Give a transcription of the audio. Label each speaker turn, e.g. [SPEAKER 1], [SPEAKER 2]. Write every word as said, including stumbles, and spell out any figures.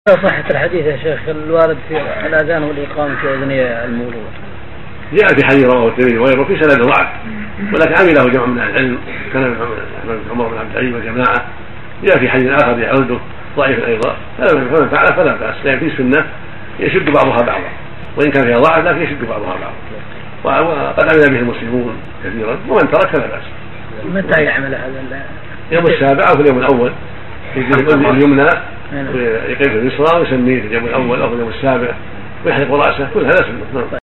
[SPEAKER 1] صحة الحديث يا شيخ الوارد في الأذان والإقامة في أذني المولود.
[SPEAKER 2] جاء في حديث رواه الترمذي وغيره في سند ضعف، ولكن عمله جمع من العلم كان عمر بن عبد العزيز وجماعة. جاء في حديث آخر يعرضه ضعيف أيضا، فمن فعل فلا بأس، لأن في السنة يشد بعضها بعضا، وإن كان فيها ضعف لكن يشد بعضها بعضا، وقد عمل به المسلمون كثيرا، ومن ترك فلا بأس.
[SPEAKER 1] متى يعمل هذا؟
[SPEAKER 2] يوم السابع أو في اليوم الأول يجلس اليمنى ويقيم اليسرى ويسميه في اليوم الأول أو في اليوم السابع ويحلق رأسه، كل هذا سنة.